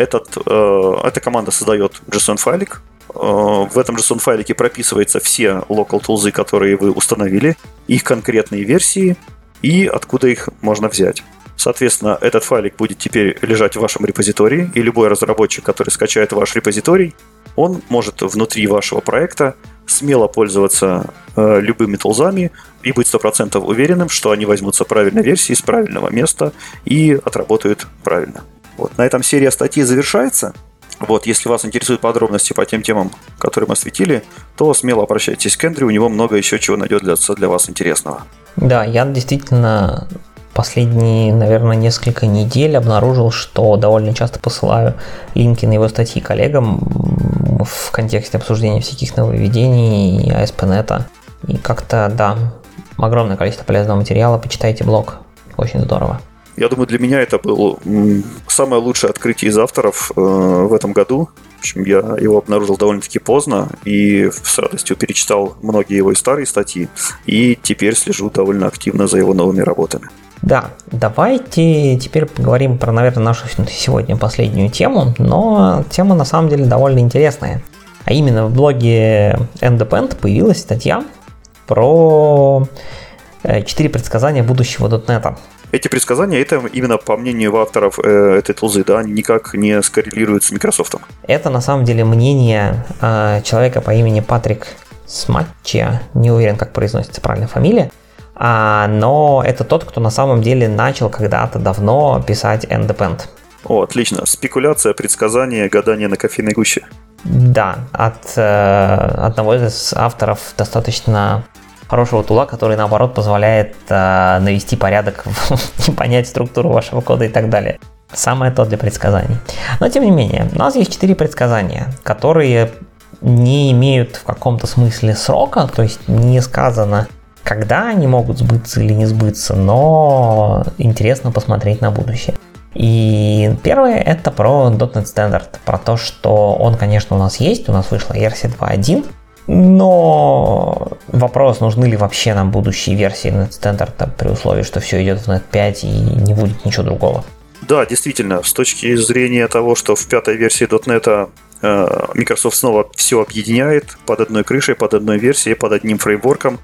Эта команда создает JSON-файлик. В этом JSON-файлике прописываются все local tools, которые вы установили, их конкретные версии и откуда их можно взять. Соответственно, этот файлик будет теперь лежать в вашем репозитории, и любой разработчик, который скачает ваш репозиторий, он может внутри вашего проекта смело пользоваться любыми тулзами и быть 100% уверенным, что они возьмутся правильной версии, с правильного места и отработают правильно. Вот. На этом серия статей завершается. Вот, если вас интересуют подробности по тем темам, которые мы осветили, то смело обращайтесь к Эндрю, у него много еще чего найдется для вас интересного. Да, я действительно последние, наверное, несколько недель обнаружил, что довольно часто посылаю линки на его статьи коллегам в контексте обсуждения всяких нововведений и ASP.NET. И как-то, да, огромное количество полезного материала, почитайте блог, очень здорово. Я думаю, для меня это было самое лучшее открытие из авторов в этом году. В общем, я его обнаружил довольно-таки поздно и с радостью перечитал многие его старые статьи. И теперь слежу довольно активно за его новыми работами. Да, давайте теперь поговорим про, наверное, нашу сегодня последнюю тему. Но тема на самом деле довольно интересная. А именно в блоге Endepend появилась статья про 4 предсказания будущего .NET. эти предсказания, это именно по мнению авторов этой тулзы, да, они никак не скоррелируют с Microsoft. Это на самом деле мнение человека по имени Патрик Сматчия, не уверен, как произносится правильно фамилия, но это тот, кто на самом деле начал когда-то давно писать Endepend. О, отлично. Спекуляция, предсказание, гадание на кофейной гуще. Да, от одного из авторов достаточно хорошего тула, который, наоборот, позволяет навести порядок и понять структуру вашего кода и так далее. Самое то для предсказаний. Но, тем не менее, у нас есть 4 предсказания, которые не имеют в каком-то смысле срока, то есть не сказано, когда они могут сбыться или не сбыться, но интересно посмотреть на будущее. И первое это про .NET Standard, про то, что он, конечно, у нас есть, у нас вышла версия 2.1, но вопрос, нужны ли вообще нам будущие версии .NET Standard при условии, что все идет в .NET 5 и не будет ничего другого. Да, действительно, с точки зрения того, что в пятой версии .NET Microsoft снова все объединяет под одной крышей, под одной версией, под одним фреймворком,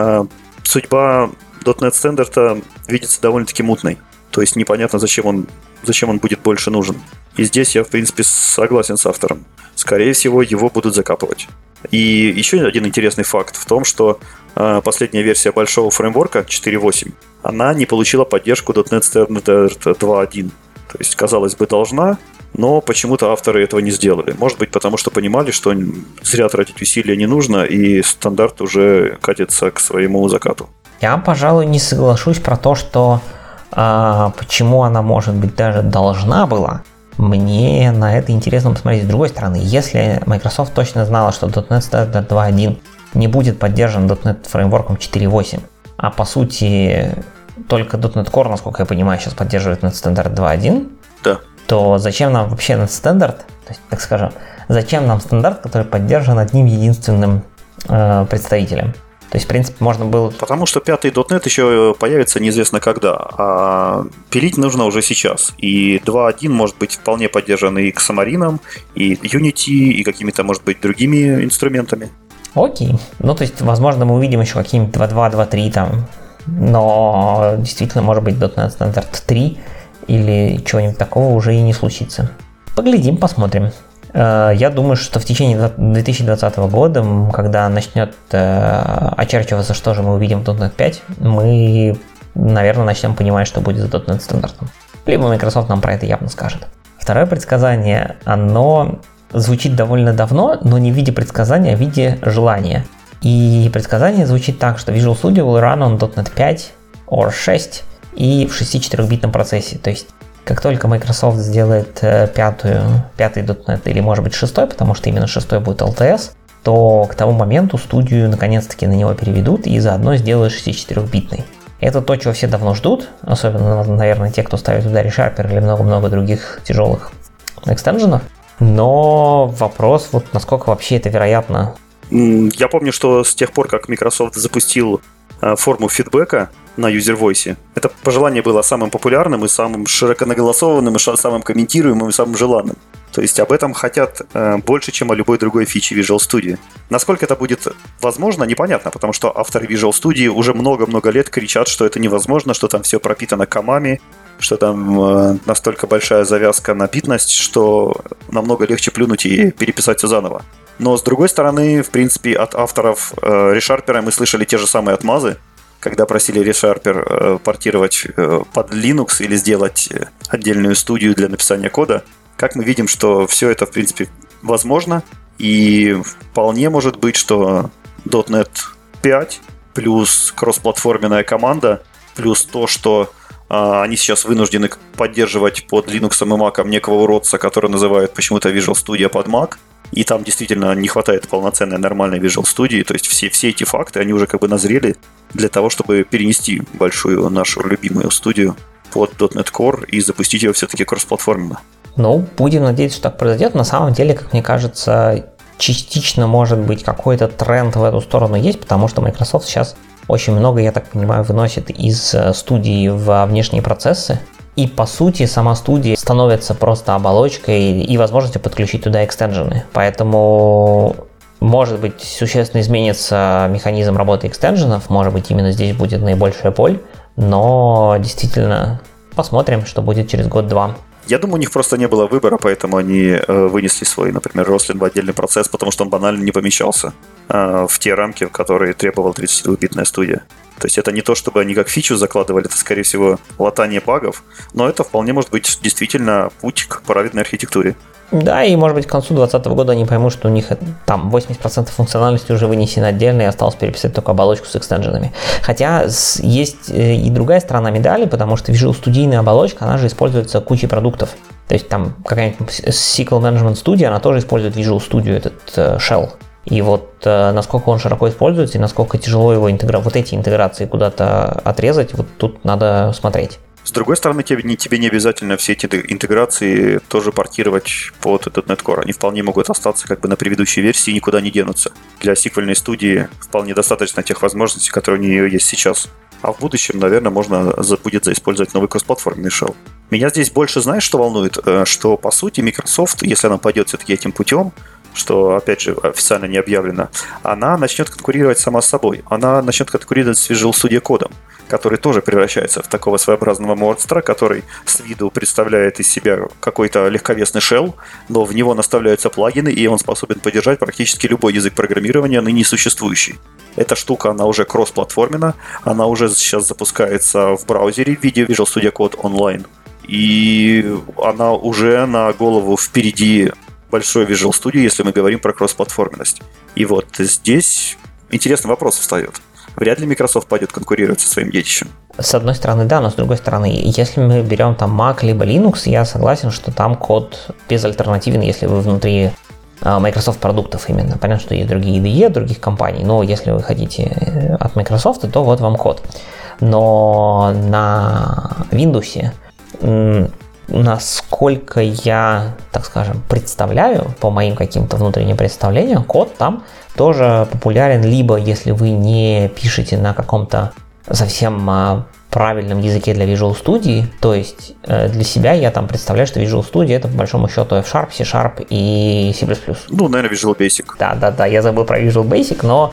судьба .NET Standard видится довольно-таки мутной. То есть непонятно, зачем он будет больше нужен. И здесь я, в принципе, согласен с автором. Скорее всего, его будут закапывать. И еще один интересный факт в том, что последняя версия большого фреймворка 4.8, она не получила поддержку .NET Standard 2.1. То есть, казалось бы, должна, но почему-то авторы этого не сделали. Может быть, потому что понимали, что зря тратить усилия не нужно, и стандарт уже катится к своему закату. Я, пожалуй, не соглашусь про то, что почему она, может быть, даже должна была. Мне на это интересно посмотреть с другой стороны. Если Microsoft точно знала, что .NET Standard 2.1 не будет поддержан .NET фреймворком 4.8, а по сути только .NET Core, насколько я понимаю, сейчас поддерживает .NET Standard 2.1, да, то зачем нам вообще .NET Standard, то есть, так скажем, зачем нам стандарт, который поддержан одним единственным представителем? То есть, в принципе, можно было... Потому что пятый .NET еще появится неизвестно когда, а пилить нужно уже сейчас. И 2.1 может быть вполне поддержан и Xamarin, и Unity, и какими-то, может быть, другими инструментами. Окей. Ну, то есть, возможно, мы увидим еще какие-нибудь 2.2, 2.3 там, но действительно, может быть, .NET Standard 3 или чего-нибудь такого уже и не случится. Поглядим, посмотрим. Я думаю, что в течение 2020 года, когда начнет очерчиваться, что же мы увидим в .NET 5, мы, наверное, начнем понимать, что будет с .NET стандартом. Либо Microsoft нам про это явно скажет. Второе предсказание, оно звучит довольно давно, но не в виде предсказания, а в виде желания. И предсказание звучит так, что Visual Studio will run on .NET 5 or 6 и в 64-битном процессе. То есть как только Microsoft сделает пятый .NET или, может быть, шестой, потому что именно шестой будет LTS, то к тому моменту студию наконец-таки на него переведут и заодно сделают 64-битный. Это то, чего все давно ждут, особенно, наверное, те, кто ставит туда ReSharper или много-много других тяжелых экстенженов. Но вопрос, вот насколько вообще это вероятно. Я помню, что с тех пор, как Microsoft запустил форму фидбэка на юзер-войсе, это пожелание было самым популярным и самым широко наголосованным, и самым комментируемым, и самым желанным. То есть об этом хотят больше, чем о любой другой фиче Visual Studio. Насколько это будет возможно, непонятно, потому что авторы Visual Studio уже много-много лет кричат, что это невозможно, что там все пропитано комами, что там настолько большая завязка на битность, что намного легче плюнуть и переписать все заново. Но, с другой стороны, в принципе, от авторов ReSharper мы слышали те же самые отмазы, когда просили ReSharper портировать под Linux или сделать отдельную студию для написания кода. Как мы видим, что все это, в принципе, возможно, и вполне может быть, что .NET 5 плюс кроссплатформенная команда, плюс то, что они сейчас вынуждены поддерживать под Linux и Mac некого уродца, который называют почему-то Visual Studio под Mac, и там действительно не хватает полноценной нормальной Visual Studio, то есть все эти факты, они уже как бы назрели для того, чтобы перенести большую нашу любимую студию под .NET Core и запустить ее все-таки кроссплатформенно. Ну, будем надеяться, что так произойдет. На самом деле, как мне кажется, частично, может быть, какой-то тренд в эту сторону есть, потому что Microsoft сейчас очень много, я так понимаю, выносит из студии в внешние процессы. И, по сути, сама студия становится просто оболочкой и возможностью подключить туда экстенжены. Поэтому, может быть, существенно изменится механизм работы экстенженов, может быть, именно здесь будет наибольшая боль, но действительно посмотрим, что будет через год-два. Я думаю, у них просто не было выбора, поэтому они вынесли свой, например, Roslyn в отдельный процесс, потому что он банально не помещался в те рамки, в которые требовала 32-битная студия. То есть это не то, чтобы они как фичу закладывали, это, скорее всего, латание багов, но это вполне может быть действительно путь к правильной архитектуре. Да, и может быть к концу 2020 года они поймут, что у них там 80% функциональности уже вынесено отдельно, и осталось переписать только оболочку с экстенженами. Хотя есть и другая сторона медали, потому что Visual Studийная оболочка, она же используется кучей продуктов. То есть там какая-нибудь SQL Management Studio, она тоже использует Visual Studio, этот shell. И вот насколько он широко используется и насколько тяжело его вот эти интеграции куда-то отрезать, вот тут надо смотреть. С другой стороны, тебе не обязательно все эти интеграции тоже портировать под этот .NET Core. Они вполне могут остаться как бы на предыдущей версии и никуда не денутся. Для сиквельной студии вполне достаточно тех возможностей, которые у нее есть сейчас. А в будущем, наверное, можно будет заиспользовать новый кроссплатформенный shell. Меня здесь больше, знаешь, что волнует? Что, по сути, Microsoft, если она пойдет все-таки этим путем, что, опять же, официально не объявлено, она начнет конкурировать сама с собой. Она начнет конкурировать с Visual Studio Code, который тоже превращается в такого своеобразного монстра, который с виду представляет из себя какой-то легковесный shell, но в него наставляются плагины, и он способен поддержать практически любой язык программирования, ныне существующий. Эта штука, она уже кроссплатформена, она уже сейчас запускается в браузере в виде Visual Studio Code Online, и она уже на голову впереди большой Visual Studio, если мы говорим про кроссплатформенность. И вот здесь интересный вопрос встает. Вряд ли Microsoft пойдет конкурировать со своим детищем. С одной стороны, да, но с другой стороны, если мы берем там Mac либо Linux, я согласен, что там код безальтернативен, если вы внутри Microsoft продуктов именно. Понятно, что есть другие IDE, других компаний, но если вы хотите от Microsoft, то вот вам код. Но на Windows, насколько я, так скажем, представляю, по моим каким-то внутренним представлениям, код там тоже популярен, либо если вы не пишете на каком-то совсем правильном языке для Visual Studio, то есть для себя я там представляю, что Visual Studio это по большому счету F-Sharp, C-Sharp и C++. Ну, наверное, Visual Basic. Да, я забыл про Visual Basic, но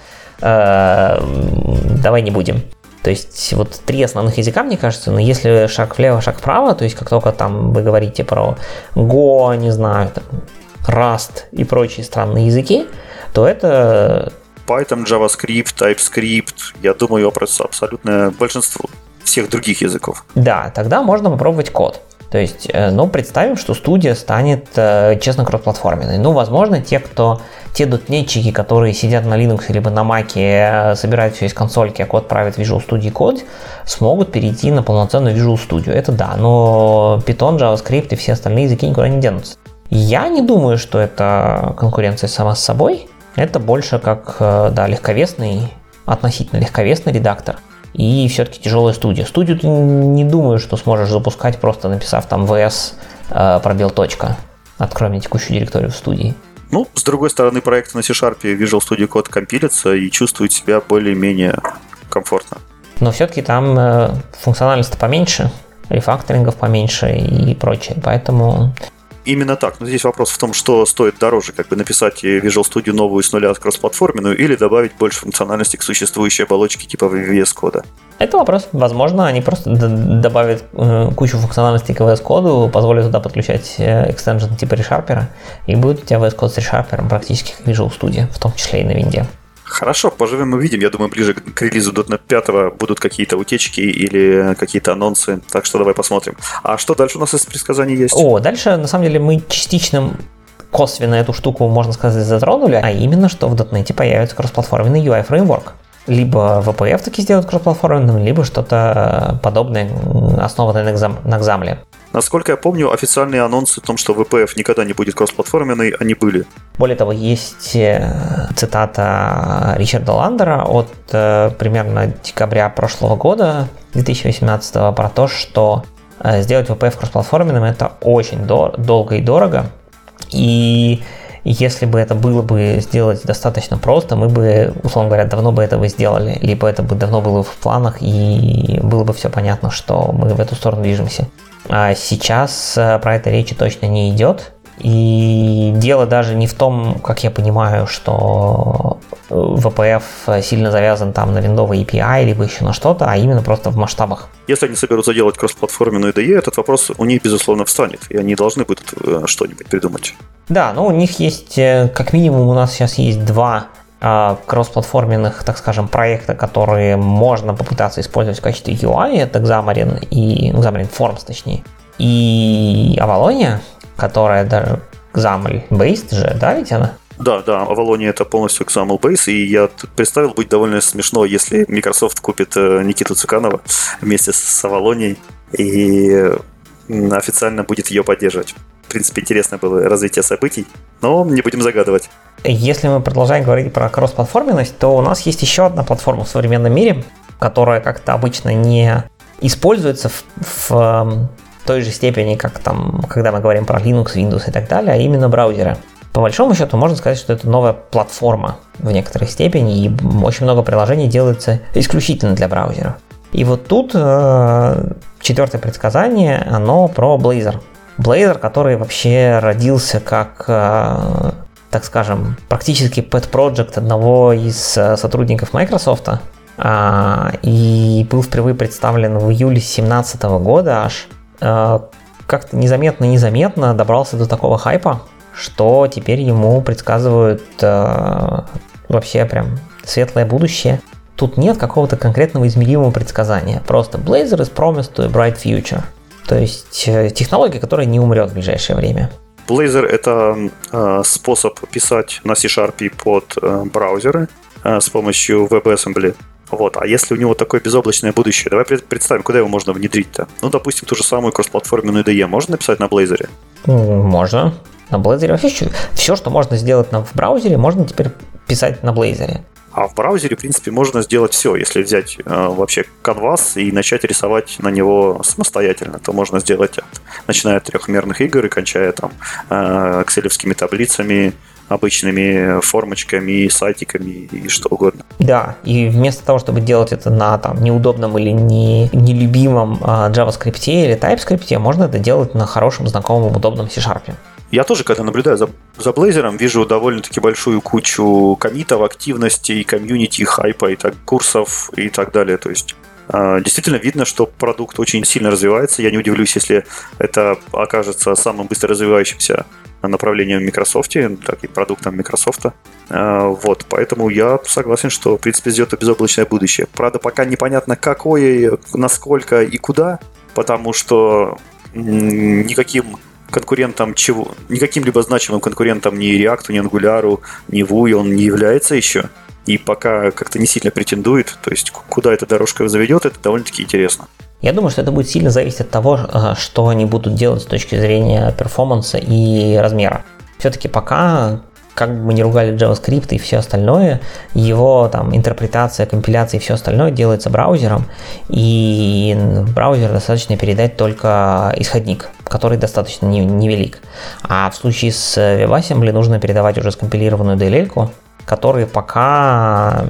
давай не будем. То есть вот три основных языка, мне кажется, но если шаг влево, шаг вправо, то есть как только там вы говорите про Go, не знаю, там, Rust и прочие странные языки, то это... Python, JavaScript, TypeScript, я думаю, абсолютное большинство всех других языков. Да, тогда можно попробовать код. То есть, ну, представим, что студия станет честно кроссплатформенной. Ну, возможно, те дотнетчики, которые сидят на Linux либо на Mac, собирают все из консольки, а код правит Visual Studio Code, смогут перейти на полноценную Visual Studio. Это да, но Python, JavaScript и все остальные языки никуда не денутся. Я не думаю, что это конкуренция сама с собой. Это больше как, да, относительно легковесный редактор. И все-таки тяжелая студия. Студию ты не думаю, что сможешь запускать, просто написав там vs пробел точка. Открой мне текущую директорию в студии. Ну, с другой стороны, проекты на C-Sharp Visual Studio Code компилятся и чувствуют себя более-менее комфортно. Но все-таки там функциональность поменьше, рефакторингов поменьше и прочее. Поэтому... Именно так. Но здесь вопрос в том, что стоит дороже, как бы написать Visual Studio новую с нуля кроссплатформенную или добавить больше функциональности к существующей оболочке типа VS кода. Это вопрос. Возможно, они просто добавят кучу функциональности к VS коду, позволят туда подключать экстенжен типа ReSharper, и будет у тебя VS Code с ReSharper практически как Visual Studio, в том числе и на винде. Хорошо, поживем и увидим. Я думаю, ближе к релизу .NET 5 будут какие-то утечки или какие-то анонсы. Так что давай посмотрим. А что дальше у нас из предсказаний есть? Дальше, на самом деле, мы частично косвенно эту штуку, можно сказать, затронули, а именно, что в .NET появится кроссплатформенный UI-фреймворк. Либо VPF таки сделают кроссплатформенным, либо что-то подобное, основанное на XAML. Насколько я помню, официальные анонсы о том, что VPF никогда не будет кроссплатформенной, они были. Более того, есть цитата Ричарда Ландера от примерно декабря прошлого года, 2018, про то, что сделать VPF кроссплатформенным это очень долго и дорого. И если бы это было бы сделать достаточно просто, мы бы, условно говоря, давно бы этого сделали. Либо это бы давно было в планах, и было бы все понятно, что мы в эту сторону движемся. А сейчас про это речи точно не идет. И дело даже не в том, как я понимаю, что VPF сильно завязан там на виндовый API, либо еще на что-то, а именно просто в масштабах. Если они соберутся делать кроссплатформенную IDE, этот вопрос у них, безусловно, встанет, и они должны будут что-нибудь придумать. Да, но у них есть, как минимум, у нас сейчас есть 2 кроссплатформенных, так скажем, проекта, которые можно попытаться использовать в качестве UI. Это Xamarin и Xamarin Forms, точнее, и Avalonia, которая даже XAML-based же, да, ведь она? Да, Avalonia это полностью XAML-based, и я представил, будет довольно смешно, если Microsoft купит Никиту Цуканова вместе с Avalonia и официально будет ее поддерживать. В принципе, интересно было развитие событий, но не будем загадывать. Если мы продолжаем говорить про кроссплатформенность, то у нас есть еще одна платформа в современном мире, которая как-то обычно не используется в той же степени, как там, когда мы говорим про Linux, Windows и так далее, а именно браузеры. По большому счету можно сказать, что это новая платформа в некоторой степени, и очень много приложений делается исключительно для браузеров. И вот тут 4-е предсказание, оно про Blazor. Blazor, который вообще родился как, так скажем, практически pet project одного из сотрудников Microsoft, и был впервые представлен в июле 2017 года аж, как-то незаметно добрался до такого хайпа, что теперь ему предсказывают вообще прям светлое будущее. Тут нет какого-то конкретного измеримого предсказания, просто Blazor is promised to a bright future. То есть технология, которая не умрет в ближайшее время. Blazor — это способ писать на C# под браузеры с помощью WebAssembly. Вот. А если у него такое безоблачное будущее, давай представим, куда его можно внедрить-то. Ну, допустим, ту же самую кроссплатформенную IDE можно написать на Blazor? Можно. На Blazor вообще все, что можно сделать в браузере, можно теперь писать на Blazor. А в браузере, в принципе, можно сделать все. Если взять вообще канвас и начать рисовать на него самостоятельно, то можно сделать, начиная от трехмерных игр и кончая там экселевскими таблицами, обычными формочками, сайтиками и что угодно. Да, и вместо того, чтобы делать это на там неудобном или нелюбимом JavaScript или TypeScript, можно это делать на хорошем, знакомом, удобном C#. Я тоже, когда наблюдаю за Blazor, вижу довольно-таки большую кучу коммитов, активностей, комьюнити, хайпа, и так, курсов и так далее. То есть действительно видно, что продукт очень сильно развивается. Я не удивлюсь, если это окажется самым быстро развивающимся направлением в Microsoft, так и продуктом Microsoft. Вот, поэтому я согласен, что, в принципе, ждет безоблачное будущее. Правда, пока непонятно, какое, насколько и куда, потому что никаким каким-либо значимым конкурентом ни React, ни Angular, ни Vue он не является еще. И пока как-то не сильно претендует. То есть, куда эта дорожка заведет, это довольно-таки интересно. Я думаю, что это будет сильно зависеть от того, что они будут делать с точки зрения перформанса и размера. Все-таки пока, как бы мы ни ругали JavaScript и все остальное, его там интерпретация, компиляция и все остальное делается браузером, и в браузер достаточно передать только исходник, который достаточно невелик. А в случае с WebAssembly нужно передавать уже скомпилированную DLL-ку, которые пока,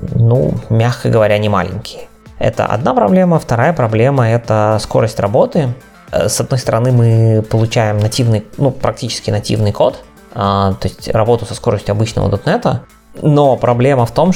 мягко говоря, не маленькие. Это одна проблема. Вторая проблема – это скорость работы. С одной стороны, мы получаем практически нативный код, то есть работу со скоростью обычного .NET, но проблема в том,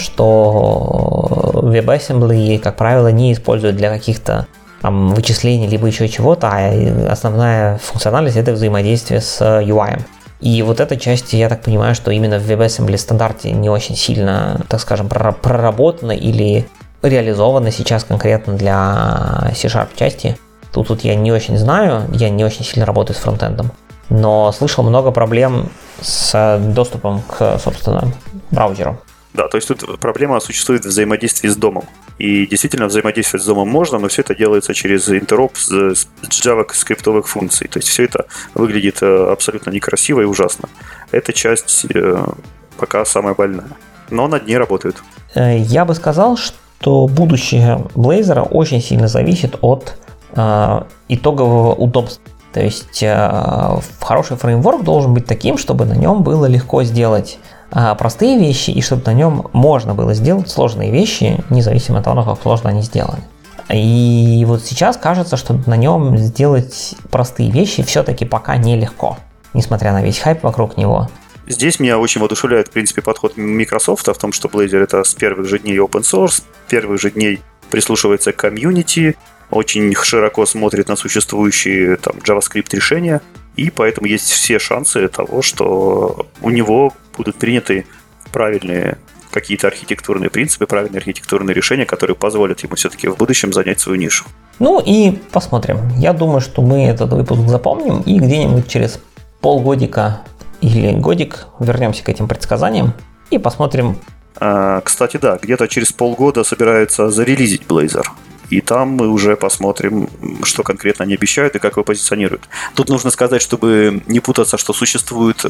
что WebAssembly, как правило, не используют для каких-то там вычислений либо еще чего-то, а основная функциональность – это взаимодействие с UI. И вот эта часть, я так понимаю, что именно в WebAssembly стандарте не очень сильно, так скажем, проработана или реализована сейчас конкретно для C# части. Тут я не очень знаю, я не очень сильно работаю с фронтендом, но слышал много проблем с доступом к, собственно, браузеру. Да, то есть тут проблема существует в взаимодействии с домом. И действительно взаимодействовать с домом можно, но все это делается через интероп с JavaScript функций. То есть все это выглядит абсолютно некрасиво и ужасно. Эта часть пока самая больная. Но над ней работают. Я бы сказал, что будущее Blazor очень сильно зависит от итогового удобства. То есть хороший фреймворк должен быть таким, чтобы на нем было легко сделать простые вещи, и чтобы на нем можно было сделать сложные вещи, независимо от того, как сложно они сделаны. И вот сейчас кажется, что на нем сделать простые вещи все-таки пока нелегко, несмотря на весь хайп вокруг него. Здесь меня очень воодушевляет, в принципе, подход Microsoft в том, что Blazor — это с первых же дней open source, с первых же дней прислушивается к комьюнити, очень широко смотрит на существующие там JavaScript решения, и поэтому есть все шансы того, что у него будут приняты правильные какие-то архитектурные принципы, правильные архитектурные решения, которые позволят ему все-таки в будущем занять свою нишу. Ну и посмотрим. Я думаю, что мы этот выпуск запомним и где-нибудь через полгодика или годик вернемся к этим предсказаниям и посмотрим. Кстати, да, где-то через полгода собираются зарелизить Blazor. И там мы уже посмотрим, что конкретно они обещают и как его позиционируют. Тут нужно сказать, чтобы не путаться, что существует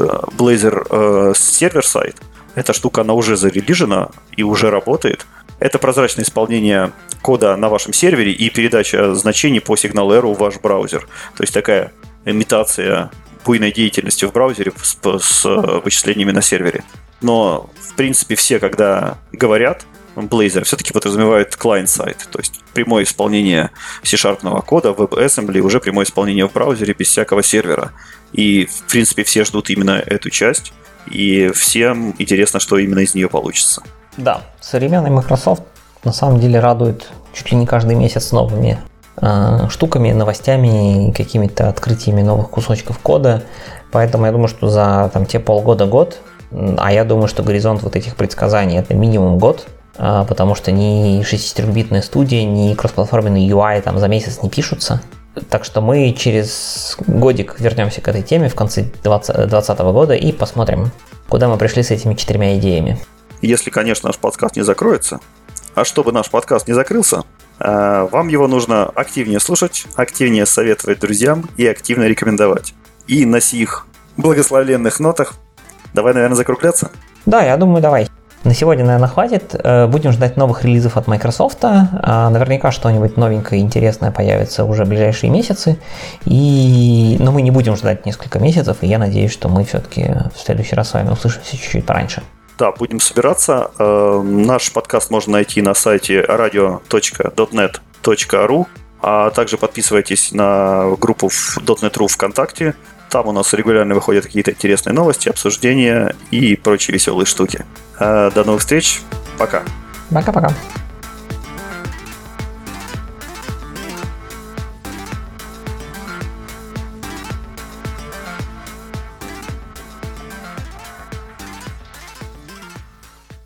Blazor сервер-сайт. Эта штука, она уже зарелижена и уже работает. Это прозрачное исполнение кода на вашем сервере и передача значений по сигналу Error в ваш браузер. То есть такая имитация буйной деятельности в браузере с вычислениями на сервере. Но, в принципе, все, когда говорят Blazor, все-таки подразумевают client-сайт, то есть прямое исполнение C-Sharp кода, WebAssembly, уже прямое исполнение в браузере без всякого сервера. И, в принципе, все ждут именно эту часть, и всем интересно, что именно из нее получится. Да, современный Microsoft на самом деле радует чуть ли не каждый месяц новыми штуками, новостями, какими-то открытиями новых кусочков кода. Поэтому я думаю, что за те полгода-год, а я думаю, что горизонт вот этих предсказаний это минимум год, потому что ни 64-битная студия, ни кроссплатформенный UI там за месяц не пишутся. Так что мы через годик вернемся к этой теме в конце 2020 года и посмотрим, куда мы пришли с этими 4 идеями. Если, конечно, наш подкаст не закроется. А чтобы наш подкаст не закрылся, вам его нужно активнее слушать, активнее советовать друзьям и активно рекомендовать. И на сих благословенных нотах давай, наверное, закругляться? Да, я думаю, давай. На сегодня, наверное, хватит. Будем ждать новых релизов от Microsoft. Наверняка что-нибудь новенькое и интересное появится уже в ближайшие месяцы. Но мы не будем ждать несколько месяцев, и я надеюсь, что мы все-таки в следующий раз с вами услышимся чуть-чуть пораньше. Да, будем собираться. Наш подкаст можно найти на сайте radio.dotnet.ru, а также подписывайтесь на группу .NET.ru ВКонтакте. Там у нас регулярно выходят какие-то интересные новости, обсуждения и прочие веселые штуки. До новых встреч. Пока. Пока-пока.